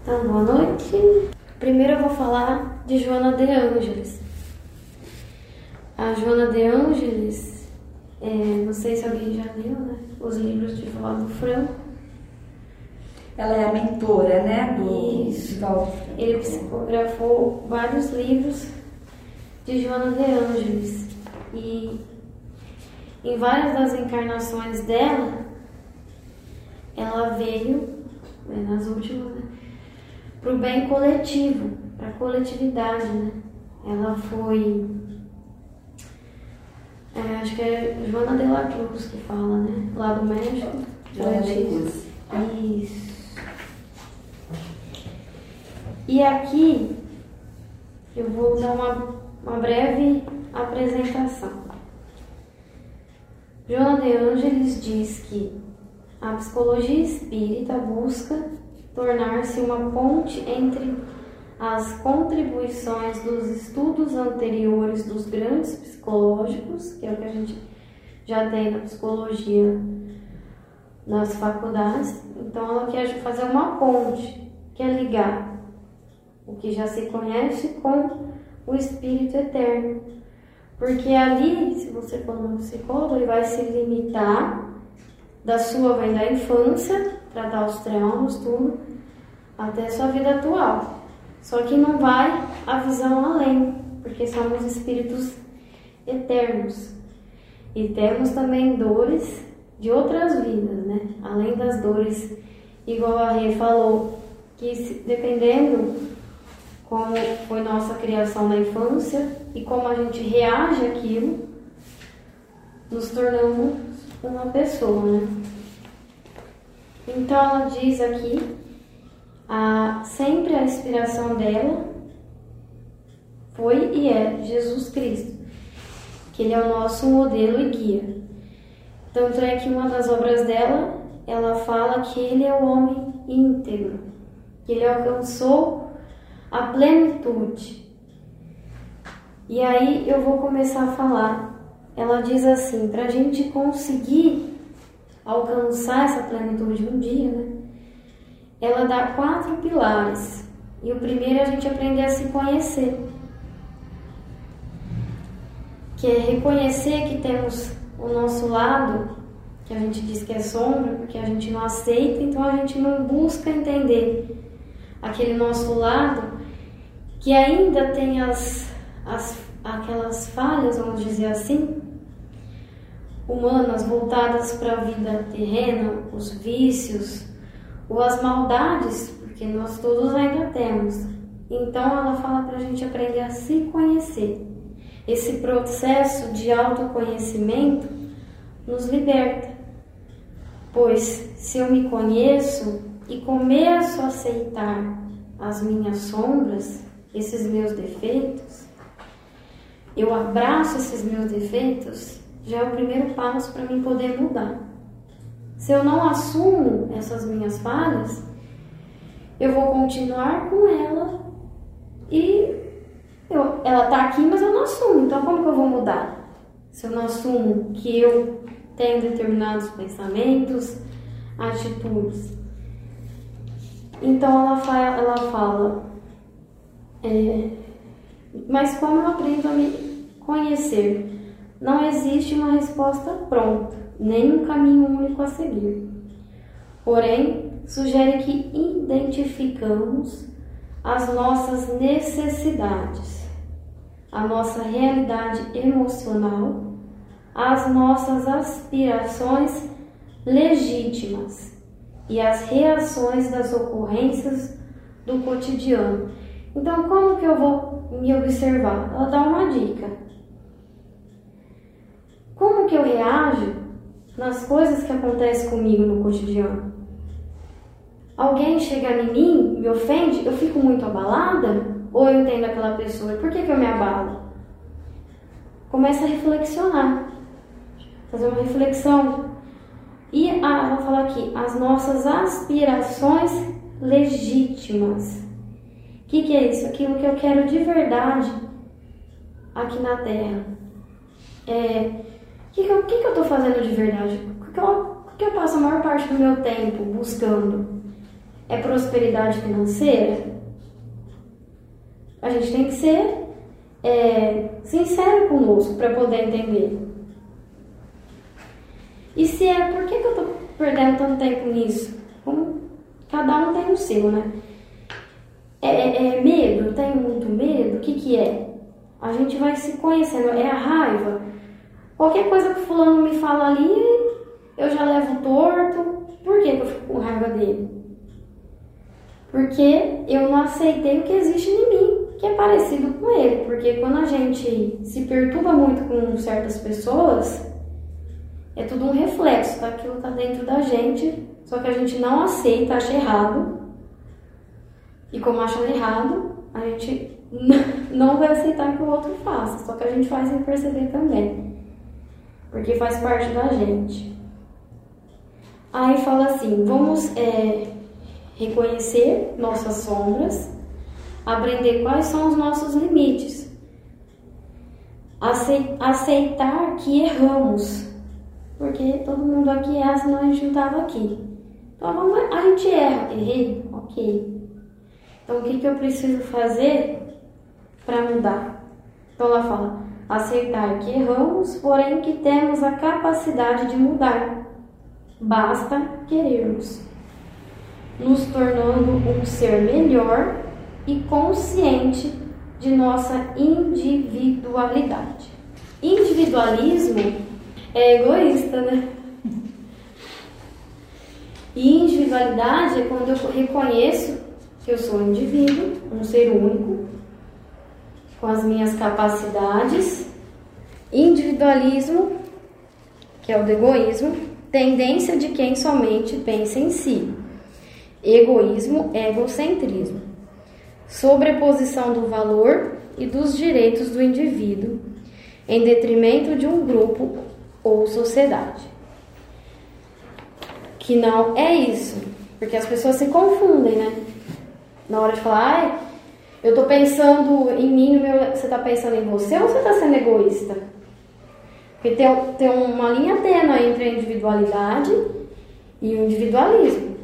Então, boa noite. Primeiro eu vou falar de Joana de Ângeles. A Joana de Ângeles, não sei se alguém já leu, né? Os livros de Valdo Franco. Ela é a mentora, né? Isso. Ele psicografou vários livros de Joana de Ângeles. E em várias das encarnações dela, ela veio, nas últimas, né, para o bem coletivo, para a coletividade, né? Ela foi, acho que é Joana de la Cruz que fala, né? Lá do México. Joana de Cruz. Isso. E aqui eu vou dar uma breve apresentação. Joana de Ângeles diz que a psicologia espírita busca tornar-se uma ponte entre as contribuições dos estudos anteriores dos grandes psicológicos, que é o que a gente já tem na psicologia nas faculdades. Então ela quer fazer uma ponte, quer ligar o que já se conhece com o espírito eterno. Porque ali, se você for um psicólogo, ele vai se limitar da sua vem da infância, tratar os traumas, tudo, até a sua vida atual. Só que não vai a visão além, porque somos espíritos eternos. E temos também dores de outras vidas, né? Além das dores, igual a Rê falou, que dependendo como foi nossa criação na infância e como a gente reage àquilo, nos tornamos uma pessoa, né? Então ela diz aqui, sempre a inspiração dela foi e é Jesus Cristo, que ele é o nosso modelo e guia. Tanto é que uma das obras dela, ela fala que ele é o homem íntegro, que ele alcançou a plenitude. E aí eu vou começar a falar. Ela diz assim, para a gente conseguir alcançar essa plenitude um dia, né? Ela dá 4 pilares. E o primeiro é a gente aprender a se conhecer. Que é reconhecer que temos o nosso lado, que a gente diz que é sombra, porque a gente não aceita, então a gente não busca entender aquele nosso lado que ainda tem aquelas falhas, vamos dizer assim, humanas voltadas para a vida terrena, os vícios ou as maldades, porque nós todos ainda temos. Então ela fala para a gente aprender a se conhecer. Esse processo de autoconhecimento nos liberta, pois se eu me conheço e começo a aceitar as minhas sombras, esses meus defeitos, eu abraço esses meus defeitos, já é o primeiro passo para mim poder mudar. Se eu não assumo essas minhas falhas, eu vou continuar com ela e ela está aqui, mas eu não assumo. Então como que eu vou mudar? Se eu não assumo que eu tenho determinados pensamentos, atitudes. Então ela fala, mas como eu aprendo a me conhecer? Não existe uma resposta pronta, nem um caminho único a seguir. Porém, sugere que identificamos as nossas necessidades, a nossa realidade emocional, as nossas aspirações legítimas e as reações das ocorrências do cotidiano. Então, como que eu vou me observar? Ela dá uma dica. Como que eu reajo nas coisas que acontecem comigo no cotidiano? Alguém chega em mim, me ofende, eu fico muito abalada? Ou eu entendo aquela pessoa? Por que eu me abalo? Começa a reflexionar, fazer uma reflexão. E ela fala aqui, as nossas aspirações legítimas. O que é isso? Aquilo que eu quero de verdade aqui na Terra. O que eu estou fazendo de verdade? O que eu passo a maior parte do meu tempo buscando? é prosperidade financeira? A gente tem que ser sincero conosco para poder entender. E se é, por que eu estou perdendo tanto tempo nisso? Cada um tem o seu, né? É medo? Tenho muito medo? O que é? A gente vai se conhecendo. É a raiva? Qualquer coisa que o fulano me fala ali, eu já levo torto. Por que eu fico com raiva dele? Porque eu não aceitei o que existe em mim, que é parecido com ele. Porque quando a gente se perturba muito com certas pessoas, é tudo um reflexo daquilo que está dentro da gente, só que a gente não aceita, acha errado. E como acha errado, a gente não vai aceitar que o outro faça, só que a gente faz sem perceber também, porque faz parte da gente. Aí fala assim, vamos reconhecer nossas sombras, aprender quais são os nossos limites, aceitar que erramos, porque todo mundo aqui erra, senão a gente não estava aqui. Então a gente erra, errei, ok. Então o que eu preciso fazer para mudar? Então ela fala, aceitar que erramos, porém que temos a capacidade de mudar. Basta querermos, nos tornando um ser melhor e consciente de nossa individualidade. Individualismo é egoísta, né? E individualidade é quando eu reconheço que eu sou um indivíduo, um ser único, com as minhas capacidades. Individualismo, que é o do egoísmo, tendência de quem somente pensa em si. Egoísmo, egocentrismo, sobreposição do valor e dos direitos do indivíduo em detrimento de um grupo ou sociedade. Que não é isso, porque as pessoas se confundem, né? Na hora de falar, eu tô pensando em mim, você tá pensando em você ou você tá sendo egoísta? Porque tem uma linha tênue entre a individualidade e o individualismo.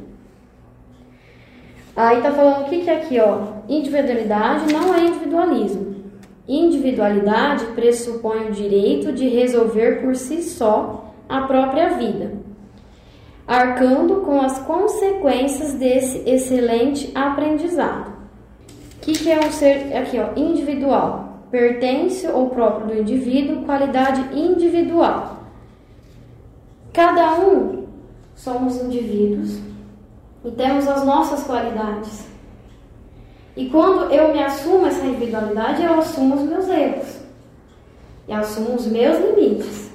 Aí tá falando o que é aqui, ó? Individualidade não é individualismo. Individualidade pressupõe o direito de resolver por si só a própria vida, arcando com as consequências desse excelente aprendizado. O que é um ser, aqui ó, individual? Pertence ou próprio do indivíduo, qualidade individual. Cada um somos indivíduos e temos as nossas qualidades. E quando eu me assumo essa individualidade, eu assumo os meus erros. Eu assumo os meus limites.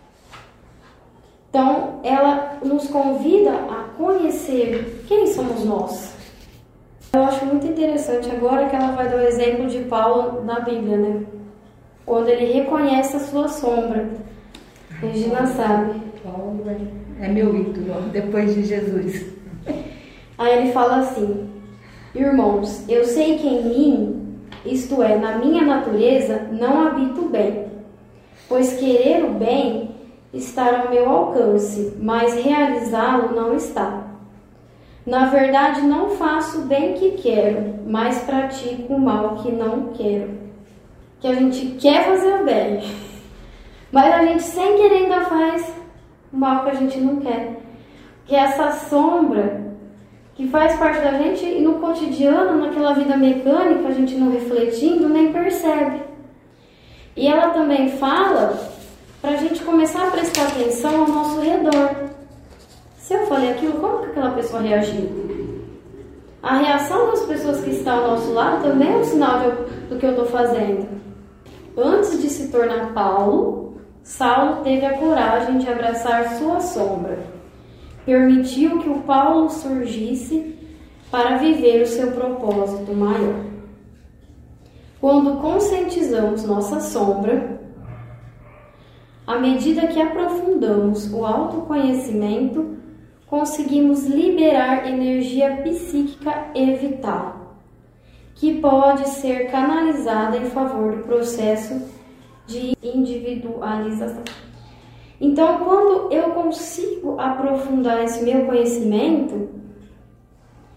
Então, ela nos convida a conhecer quem somos nós. Eu acho muito interessante agora que ela vai dar o exemplo de Paulo na Bíblia, né? Quando ele reconhece a sua sombra. Regina sabe. Paulo é meu ídolo, depois de Jesus. Aí ele fala assim: irmãos, eu sei que em mim, isto é, na minha natureza, não habito o bem, pois querer o bem está ao meu alcance, mas realizá-lo não está. Na verdade, não faço o bem que quero, mas pratico o mal que não quero. Que a gente quer fazer o bem, mas a gente sem querer ainda faz o mal que a gente não quer. Que é essa sombra que faz parte da gente e no cotidiano, naquela vida mecânica, a gente não refletindo, nem percebe. E ela também fala para a gente começar a prestar atenção ao nosso redor. Se eu falei aquilo, como que aquela pessoa reagiu? A reação das pessoas que estão ao nosso lado também é um sinal do que eu estou fazendo. Antes de se tornar Paulo, Saulo teve a coragem de abraçar sua sombra. Permitiu que o Paulo surgisse para viver o seu propósito maior. Quando conscientizamos nossa sombra, à medida que aprofundamos o autoconhecimento, conseguimos liberar energia psíquica e vital, que pode ser canalizada em favor do processo de individualização. Então, quando eu consigo aprofundar esse meu conhecimento,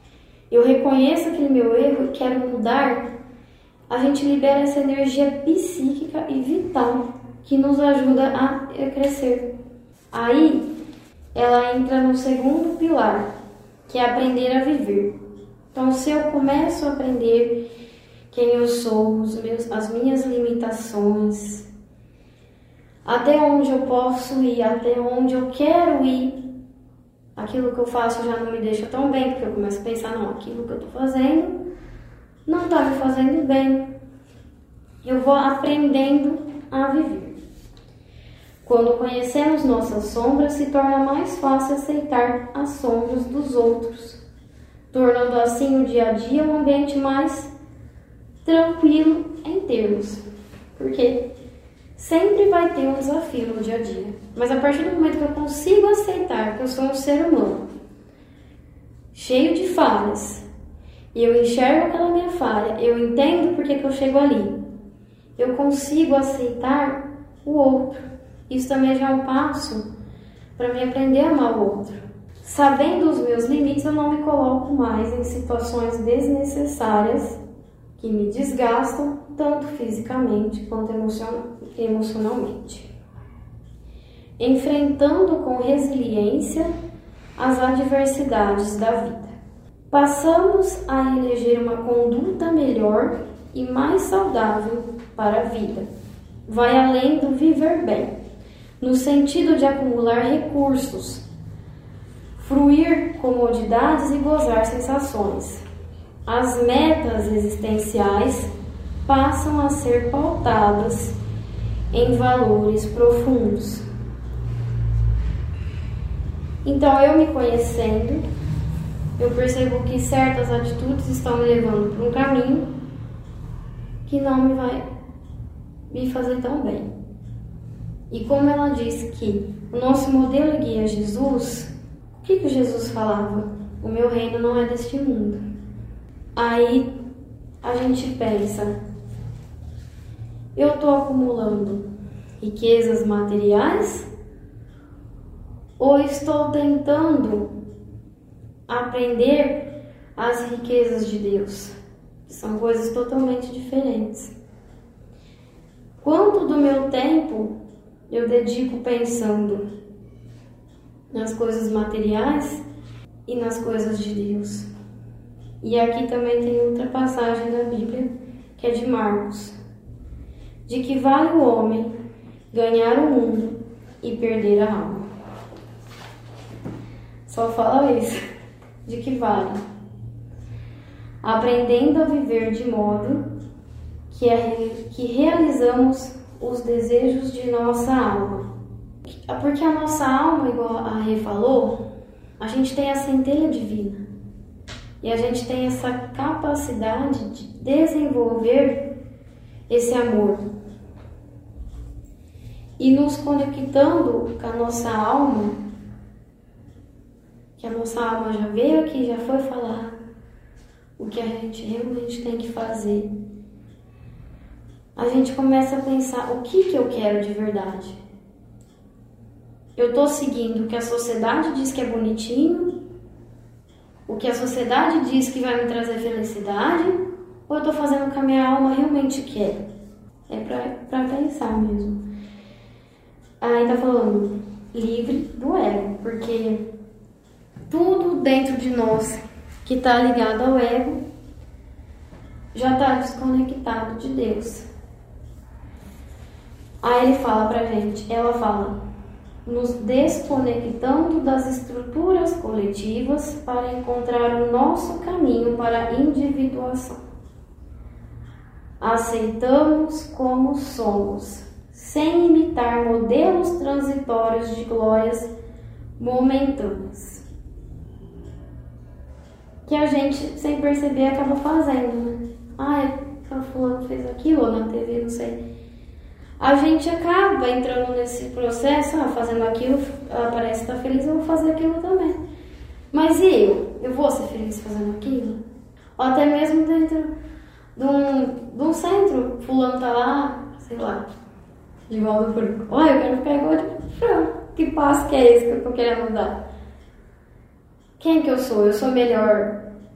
eu reconheço aquele meu erro e quero mudar, a gente libera essa energia psíquica e vital que nos ajuda a crescer. Aí, ela entra no segundo pilar, que é aprender a viver. Então, se eu começo a aprender quem eu sou, as minhas limitações, até onde eu posso ir, até onde eu quero ir, aquilo que eu faço já não me deixa tão bem, porque eu começo a pensar, não, aquilo que eu estou fazendo não está me fazendo bem. Eu vou aprendendo a viver. Quando conhecemos nossas sombras, se torna mais fácil aceitar as sombras dos outros, tornando assim o dia a dia um ambiente mais tranquilo em termos. Porque sempre vai ter um desafio no dia a dia. Mas a partir do momento que eu consigo aceitar que eu sou um ser humano, cheio de falhas, e eu enxergo aquela minha falha, eu entendo por que eu chego ali, eu consigo aceitar o outro. Isso também já é um passo para me aprender a amar o outro. Sabendo os meus limites, eu não me coloco mais em situações desnecessárias que me desgastam, tanto fisicamente quanto emocionalmente. Enfrentando com resiliência as adversidades da vida. Passamos a eleger uma conduta melhor e mais saudável para a vida. Vai além do viver bem, no sentido de acumular recursos, fruir comodidades e gozar sensações. As metas existenciais passam a ser pautadas em valores profundos. Então, eu me conhecendo, eu percebo que certas atitudes estão me levando para um caminho que não me vai me fazer tão bem. E como ela diz que o nosso modelo guia é Jesus, o que Jesus falava? O meu reino não é deste mundo. Aí a gente pensa, eu estou acumulando riquezas materiais ou estou tentando aprender as riquezas de Deus? São coisas totalmente diferentes. Quanto do meu tempo eu dedico pensando nas coisas materiais e nas coisas de Deus? E aqui também tem outra passagem da Bíblia, que é de Marcos. De que vale o homem ganhar o mundo e perder a alma? Só fala isso. De que vale? Aprendendo a viver de modo que realizamos os desejos de nossa alma. Porque a nossa alma, igual a Rê falou, a gente tem a centelha divina. E a gente tem essa capacidade de desenvolver esse amor. E nos conectando com a nossa alma, que a nossa alma já veio aqui, já foi falar o que a gente realmente tem que fazer. A gente começa a pensar, o que eu quero de verdade? Eu estou seguindo o que a sociedade diz que é bonitinho, o que a sociedade diz que vai me trazer felicidade, ou eu estou fazendo o que a minha alma realmente quer? É para pensar mesmo. Aí tá falando livre do ego, porque tudo dentro de nós que está ligado ao ego já está desconectado de Deus. Aí ele fala pra gente, ela fala, nos desconectando das estruturas coletivas para encontrar o nosso caminho para a individuação. Aceitamos como somos, sem imitar modelos transitórios de glórias momentâneas, que a gente, sem perceber, acaba fazendo, né? A fulano fez aquilo, ou na TV, não sei. A gente acaba entrando nesse processo, fazendo aquilo, ela parece estar feliz, eu vou fazer aquilo também. Mas e eu? Eu vou ser feliz fazendo aquilo? Ou até mesmo dentro de um centro, fulano tá lá, sei lá, de volta por... eu quero ficar igual de frango. Que passo que é esse que eu tô querendo dar? Quem que eu sou? Eu sou melhor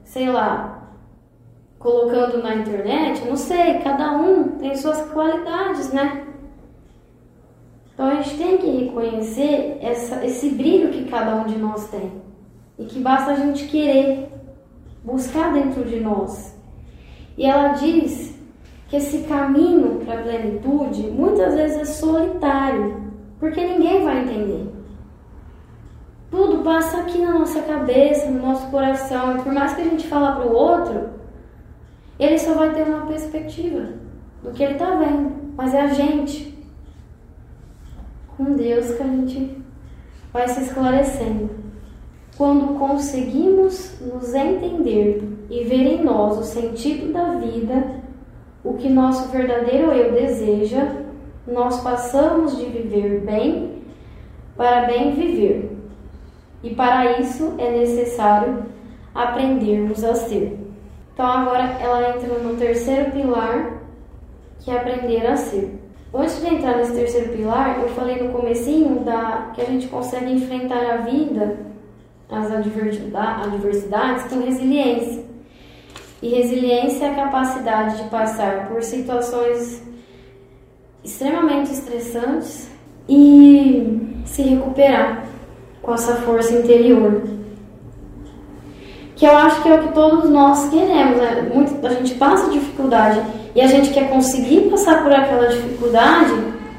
sei lá, colocando na internet, não sei, cada um tem suas qualidades, né? Então a gente tem que reconhecer esse brilho que cada um de nós tem e que basta a gente querer buscar dentro de nós. E ela diz que esse caminho para a plenitude muitas vezes é solitário, porque ninguém vai entender. Tudo passa aqui na nossa cabeça, no nosso coração, e por mais que a gente fala para o outro, ele só vai ter uma perspectiva do que ele está vendo, mas é a gente, com Deus, que a gente vai se esclarecendo. Quando conseguimos nos entender e ver em nós o sentido da vida, o que nosso verdadeiro eu deseja, nós passamos de viver bem para bem viver. E para isso é necessário aprendermos a ser. Então agora ela entra no terceiro pilar, que é aprender a ser. Antes de entrar nesse terceiro pilar, eu falei no comecinho que a gente consegue enfrentar a vida, as adversidades, com resiliência. E resiliência é a capacidade de passar por situações extremamente estressantes e se recuperar com essa força interior. Que eu acho que é o que todos nós queremos, né? A gente passa dificuldade e a gente quer conseguir passar por aquela dificuldade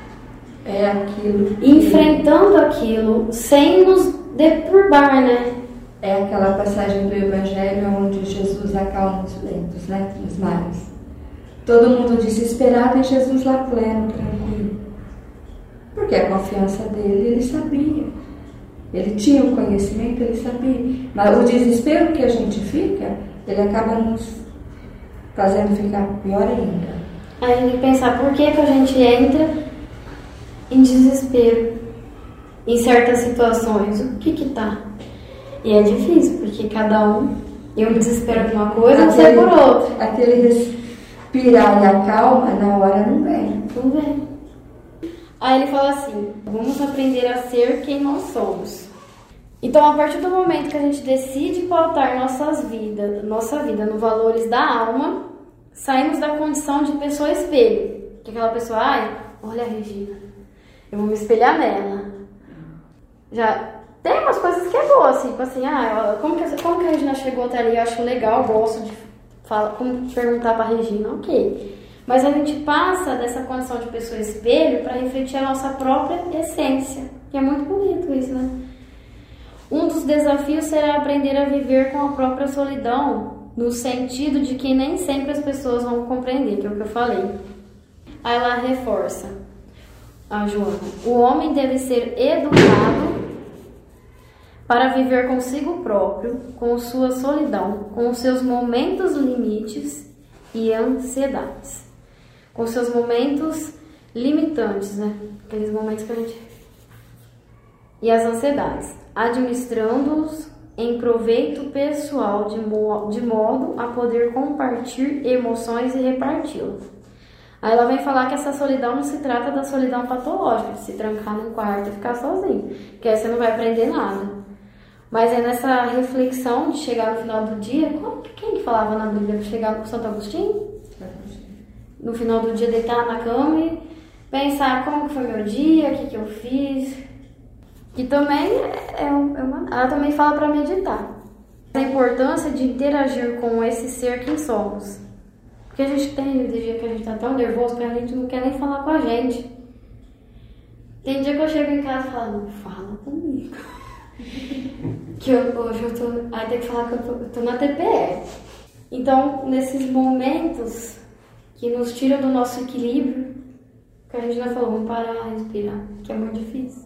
enfrentando aquilo sem nos deturbar, né? É aquela passagem do Evangelho onde Jesus acalma os ventos, né? Os mares. Todo mundo desesperado e Jesus lá pleno, tranquilo. Porque a confiança dele, ele sabia. Ele tinha o conhecimento, ele sabia. Mas o desespero que a gente fica, ele acaba nos fazendo ficar pior ainda. Aí a gente pensar por que a gente entra em desespero em certas situações. O que tá? E é difícil, porque cada um, eu me desespero por uma coisa, você por outra. Aquele respirar e a calma, na hora não vem. Não vem. Aí ele fala assim, vamos aprender a ser quem nós somos. Então, a partir do momento que a gente decide pautar nossa vida nos valores da alma, saímos da condição de pessoa espelho. Que aquela pessoa, olha a Regina, eu vou me espelhar nela. Já tem umas coisas que é boa, assim, tipo assim, como que a Regina chegou até ali? Eu acho legal, gosto de perguntar pra Regina, ok. Mas a gente passa dessa condição de pessoa espelho para refletir a nossa própria essência. Que é muito bonito isso, né? Um dos desafios será aprender a viver com a própria solidão, no sentido de que nem sempre as pessoas vão compreender, que é o que eu falei. Aí ela reforça, a Joana, o homem deve ser educado para viver consigo próprio, com sua solidão, com os seus momentos limites e ansiedades. Com seus momentos limitantes, né? Aqueles momentos que a gente... E as ansiedades, administrando-os em proveito pessoal, de modo a poder compartilhar emoções e reparti-las. Aí ela vem falar que essa solidão não se trata da solidão patológica, de se trancar num quarto e ficar sozinho, que aí você não vai aprender nada. Mas é nessa reflexão de chegar no final do dia, quem que falava na Bíblia, chegar no Santo Agostinho? No final do dia deitar na cama e pensar como que foi meu dia, o que eu fiz. E também ela também fala para meditar. A importância de interagir com esse ser quem somos. Porque a gente tem dia que a gente tá tão nervoso que a gente não quer nem falar com a gente. Tem dia que eu chego em casa e falo, não fala comigo. Que hoje eu tô... Aí tem que falar que eu tô na TPE. Então, nesses momentos que nos tiram do nosso equilíbrio, que a gente já falou, vamos parar, respirar, que é muito difícil.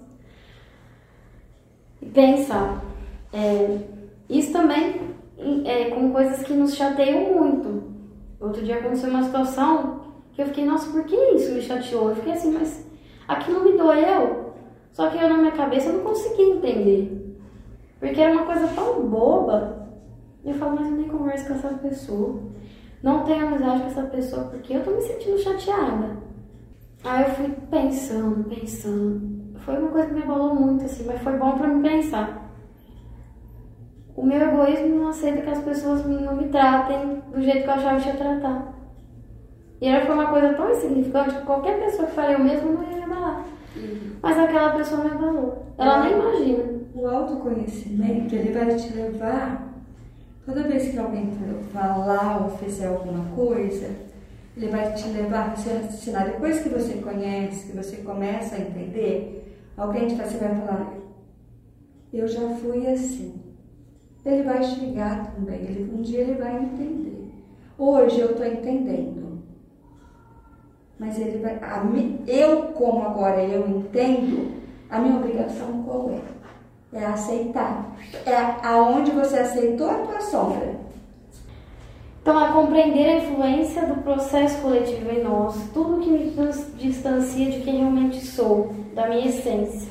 E pensar. Isso também com coisas que nos chateiam muito. Outro dia aconteceu uma situação que eu fiquei, nossa, por que isso me chateou? Eu fiquei assim, mas aquilo me doeu. Só que eu na minha cabeça eu não conseguia entender. Porque era uma coisa tão boba. E eu falo, mas eu nem converso com essa pessoa. Não tenho amizade com essa pessoa porque eu tô me sentindo chateada. Aí eu fui pensando. Foi uma coisa que me abalou muito, assim, mas foi bom pra me pensar. o meu egoísmo não aceita que as pessoas não me tratem do jeito que eu achava que ia tratar. E era foi uma coisa tão insignificante que qualquer pessoa que faria o mesmo não ia me abalar. Mas aquela pessoa me abalou. Ela nem imagina. O autoconhecimento, ele vai te levar, toda vez que alguém falar ou fizer alguma coisa, ele vai te levar a raciocinar. Depois que você conhece, que você começa a entender, alguém te faz, você vai falar, eu já fui assim. Ele vai chegar também, um dia ele vai entender. Hoje eu estou entendendo. Mas ele vai. Eu, como agora eu entendo, a minha obrigação qual é? É aceitar. É aonde você aceitou a tua sombra. Então, a compreender a influência do processo coletivo em nós, tudo que me distancia de quem realmente sou, da minha essência.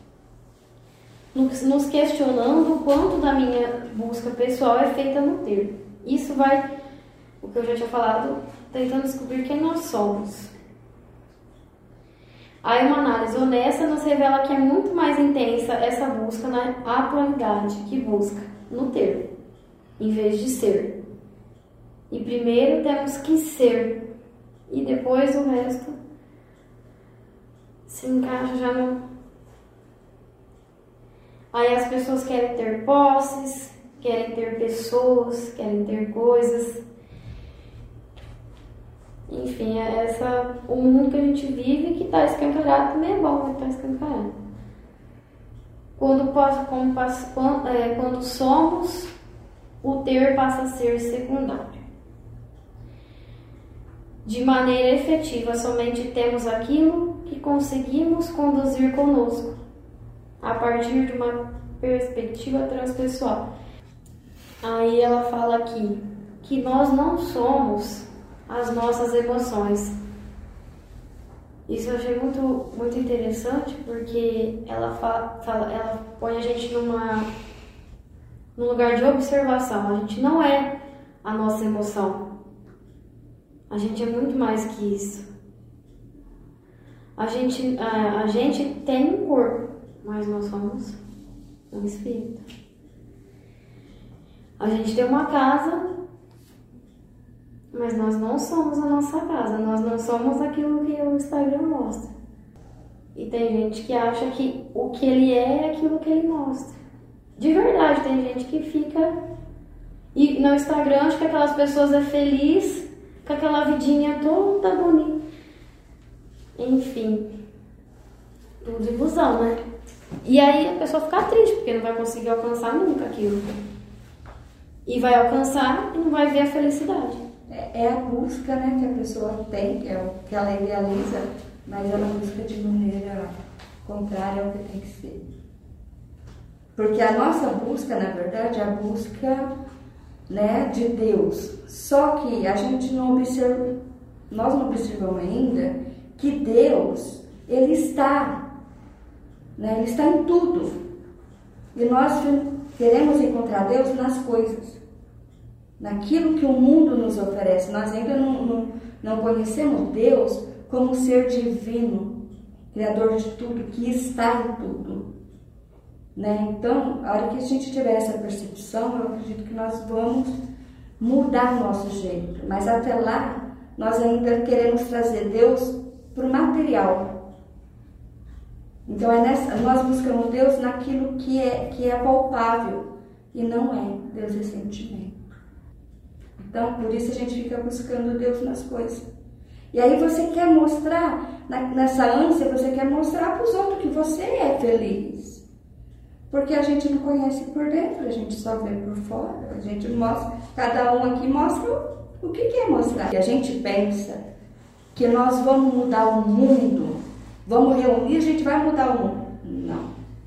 Nos questionando o quanto da minha busca pessoal é feita no ter. Isso vai, o que eu já tinha falado, tentando descobrir quem nós somos. Aí uma análise honesta nos revela que é muito mais intensa essa busca na atualidade, que busca no ter, em vez de ser. E primeiro temos que ser, e depois o resto se encaixa já no... Aí as pessoas querem ter posses, querem ter pessoas, querem ter coisas. Enfim, o mundo que a gente vive que está escancarado também é bom, está escancarado. Quando somos, o ter passa a ser secundário. De maneira efetiva, somente temos aquilo que conseguimos conduzir conosco, a partir de uma perspectiva transpessoal. Aí ela fala aqui que nós não somos as nossas emoções. Isso eu achei muito, muito interessante, porque ela ela põe a gente num lugar de observação. A gente não é a nossa emoção. A gente é muito mais que isso. A gente tem um corpo, mas nós somos um espírito. A gente tem uma casa, mas nós não somos a nossa casa, nós não somos aquilo que o Instagram mostra. E tem gente que acha que o que ele é aquilo que ele mostra. De verdade, tem gente que fica... E no Instagram, acho que aquelas pessoas é feliz, com aquela vidinha toda bonita. Enfim, tudo ilusão, né? E aí a pessoa fica triste, porque não vai conseguir alcançar nunca aquilo. E vai alcançar e não vai ver a felicidade. É a busca, né, que a pessoa tem, que é o que ela idealiza, mas ela busca de maneira contrária ao que tem que ser. Porque a nossa busca, na verdade, é a busca, né, de Deus. Só que a gente não observa, nós não observamos ainda que Deus, Ele está, né, Ele está em tudo. E nós queremos encontrar Deus nas coisas, naquilo que o mundo nos oferece. Nós ainda não conhecemos Deus como ser divino, Criador de tudo, que está em tudo. Né? Então, a hora que a gente tiver essa percepção, eu acredito que nós vamos mudar o nosso jeito. Mas até lá, nós ainda queremos trazer Deus para o material. Então, nós buscamos Deus naquilo que é palpável, e não é. Deus é sentimento. Então, por isso a gente fica buscando Deus nas coisas. E aí você quer mostrar, nessa ânsia, você quer mostrar para os outros que você é feliz. Porque a gente não conhece por dentro, a gente só vê por fora. A gente mostra, cada um aqui mostra o que quer mostrar. E a gente pensa que nós vamos mudar o mundo, vamos reunir, a gente vai mudar o mundo. Não.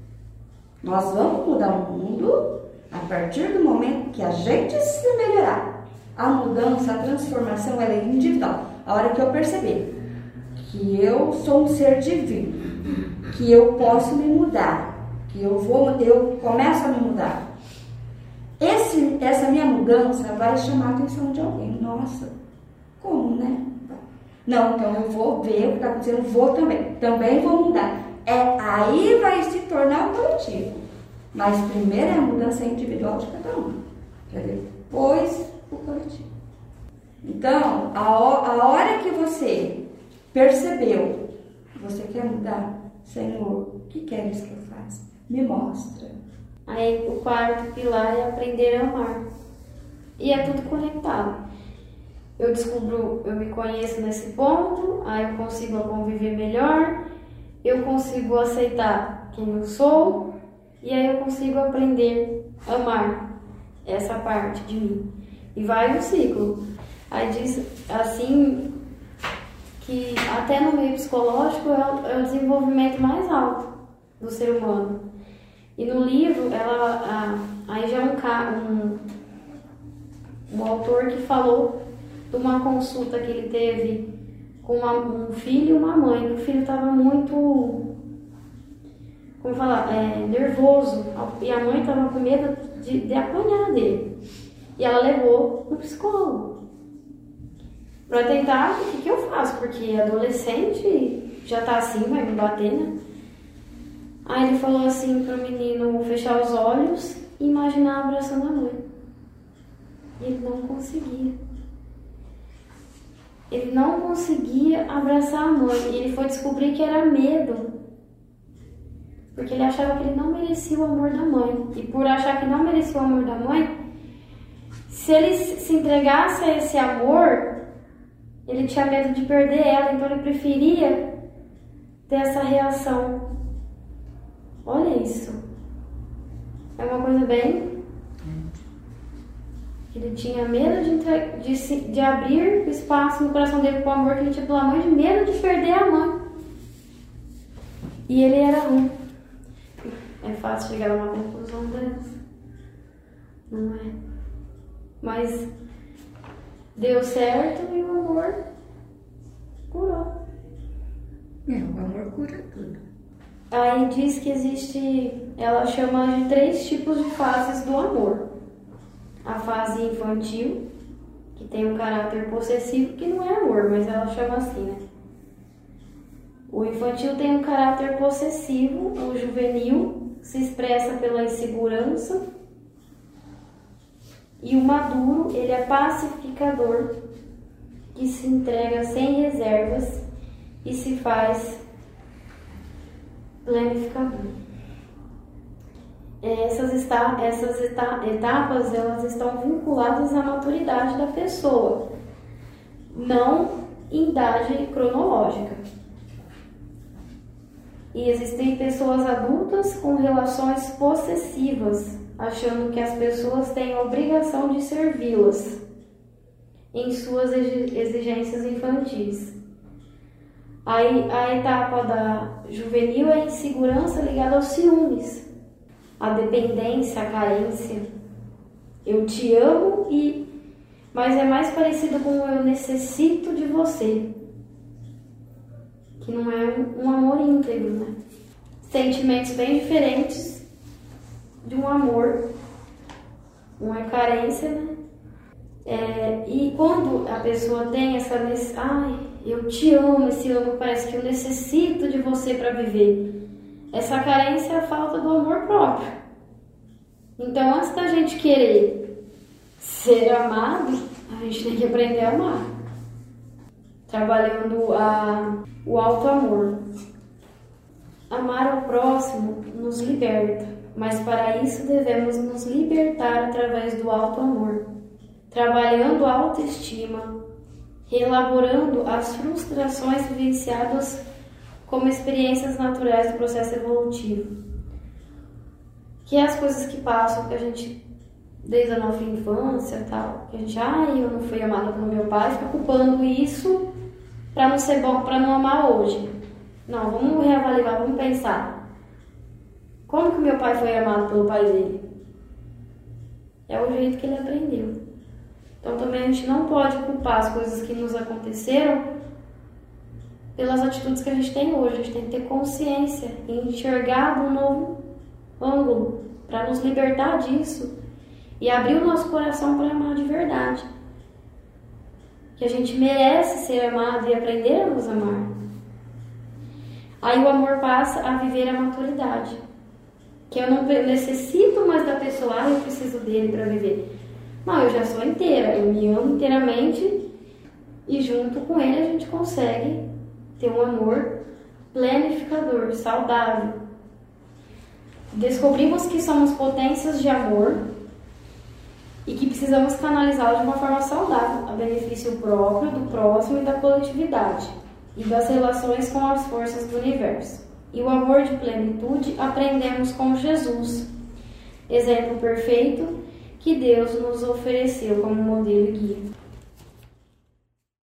Nós vamos mudar o mundo a partir do momento que a gente se melhorar. A mudança, a transformação, ela é individual. A hora que eu perceber que eu sou um ser divino, que eu posso me mudar, que eu começo a me mudar. Essa minha mudança vai chamar a atenção de alguém. Nossa, como, né? Não, então eu vou ver o que está acontecendo, vou também vou mudar. Aí vai se tornar um coletivo. Mas primeiro é a mudança individual de cada um, para depois o coletivo. Então, a hora que você percebeu que você quer mudar, Senhor, o que queres que eu faça? Me mostra. Aí o quarto pilar é aprender a amar. E é tudo conectado. Eu descubro, eu me conheço nesse ponto, aí eu consigo conviver melhor, eu consigo aceitar quem eu sou, e aí eu consigo aprender a amar essa parte de mim. E vai um ciclo. Aí diz assim que até no meio psicológico é o desenvolvimento mais alto do ser humano. E no livro, aí já é um autor que falou de uma consulta que ele teve com um filho e uma mãe. O filho estava muito, como falar, nervoso, e a mãe estava com medo de apanhar dele. E ela levou no psicólogo para tentar, o que eu faço? Porque adolescente já tá assim, vai me bater, né? Aí ele falou assim pro menino fechar os olhos e imaginar abraçando a mãe. E ele não conseguia. Ele não conseguia abraçar a mãe. E ele foi descobrir que era medo. Porque ele achava que ele não merecia o amor da mãe. E por achar que não merecia o amor da mãe, se ele se entregasse a esse amor, ele tinha medo de perder ela. Então ele preferia ter essa reação. Olha isso. É uma coisa bem... Ele tinha medo de abrir o espaço no coração dele para o amor que ele tinha pela mãe, de medo de perder a mãe. E ele era um. É fácil chegar a uma conclusão dessa. Não é? Mas deu certo e o amor curou. O amor cura tudo. Aí diz que existe, ela chama de 3 tipos de fases do amor. A fase infantil, que tem um caráter possessivo, que não é amor, mas ela chama assim, né? O infantil tem um caráter possessivo, o juvenil se expressa pela insegurança, e o maduro, ele é pacificador, que se entrega sem reservas e se faz planificador. Essas etapas, elas estão vinculadas à maturidade da pessoa, não em idade cronológica. E existem pessoas adultas com relações possessivas, achando que as pessoas têm a obrigação de servi-las em suas exigências infantis. Aí a etapa da juvenil é a insegurança ligada aos ciúmes, a dependência, a carência. Eu te amo, mas é mais parecido com eu necessito de você, que não é um amor íntegro, né? Sentimentos bem diferentes de um amor. Um é carência, né? E quando a pessoa tem essa eu te amo, esse amo parece que eu necessito de você para viver. Essa carência é a falta do amor próprio. Então, antes da gente querer ser amado, a gente tem que aprender a amar, trabalhando o auto-amor. Amar ao próximo nos liberta, mas para isso devemos nos libertar através do auto-amor, trabalhando a autoestima, reelaborando as frustrações vivenciadas como experiências naturais do processo evolutivo. Que é as coisas que passam, que a gente, desde a nossa infância, tal, que a gente, eu não fui amada pelo meu pai, fica culpando isso para não ser bom, para não amar hoje. Não, vamos reavaliar, vamos pensar. Como que meu pai foi amado pelo pai dele? É o jeito que ele aprendeu. Então também a gente não pode culpar as coisas que nos aconteceram pelas atitudes que a gente tem hoje. A gente tem que ter consciência e enxergar de um novo ângulo para nos libertar disso e abrir o nosso coração para amar de verdade. Que a gente merece ser amado e aprender a nos amar. Aí o amor passa a viver a maturidade. que eu não necessito mais da pessoa, eu preciso dele para viver. Não, eu já sou inteira, eu me amo inteiramente e junto com ele a gente consegue ter um amor planificador, saudável. Descobrimos que somos potências de amor e que precisamos canalizá-lo de uma forma saudável, a benefício próprio, do próximo e da coletividade, e das relações com as forças do universo. E o amor de plenitude aprendemos com Jesus, exemplo perfeito que Deus nos ofereceu como modelo e guia.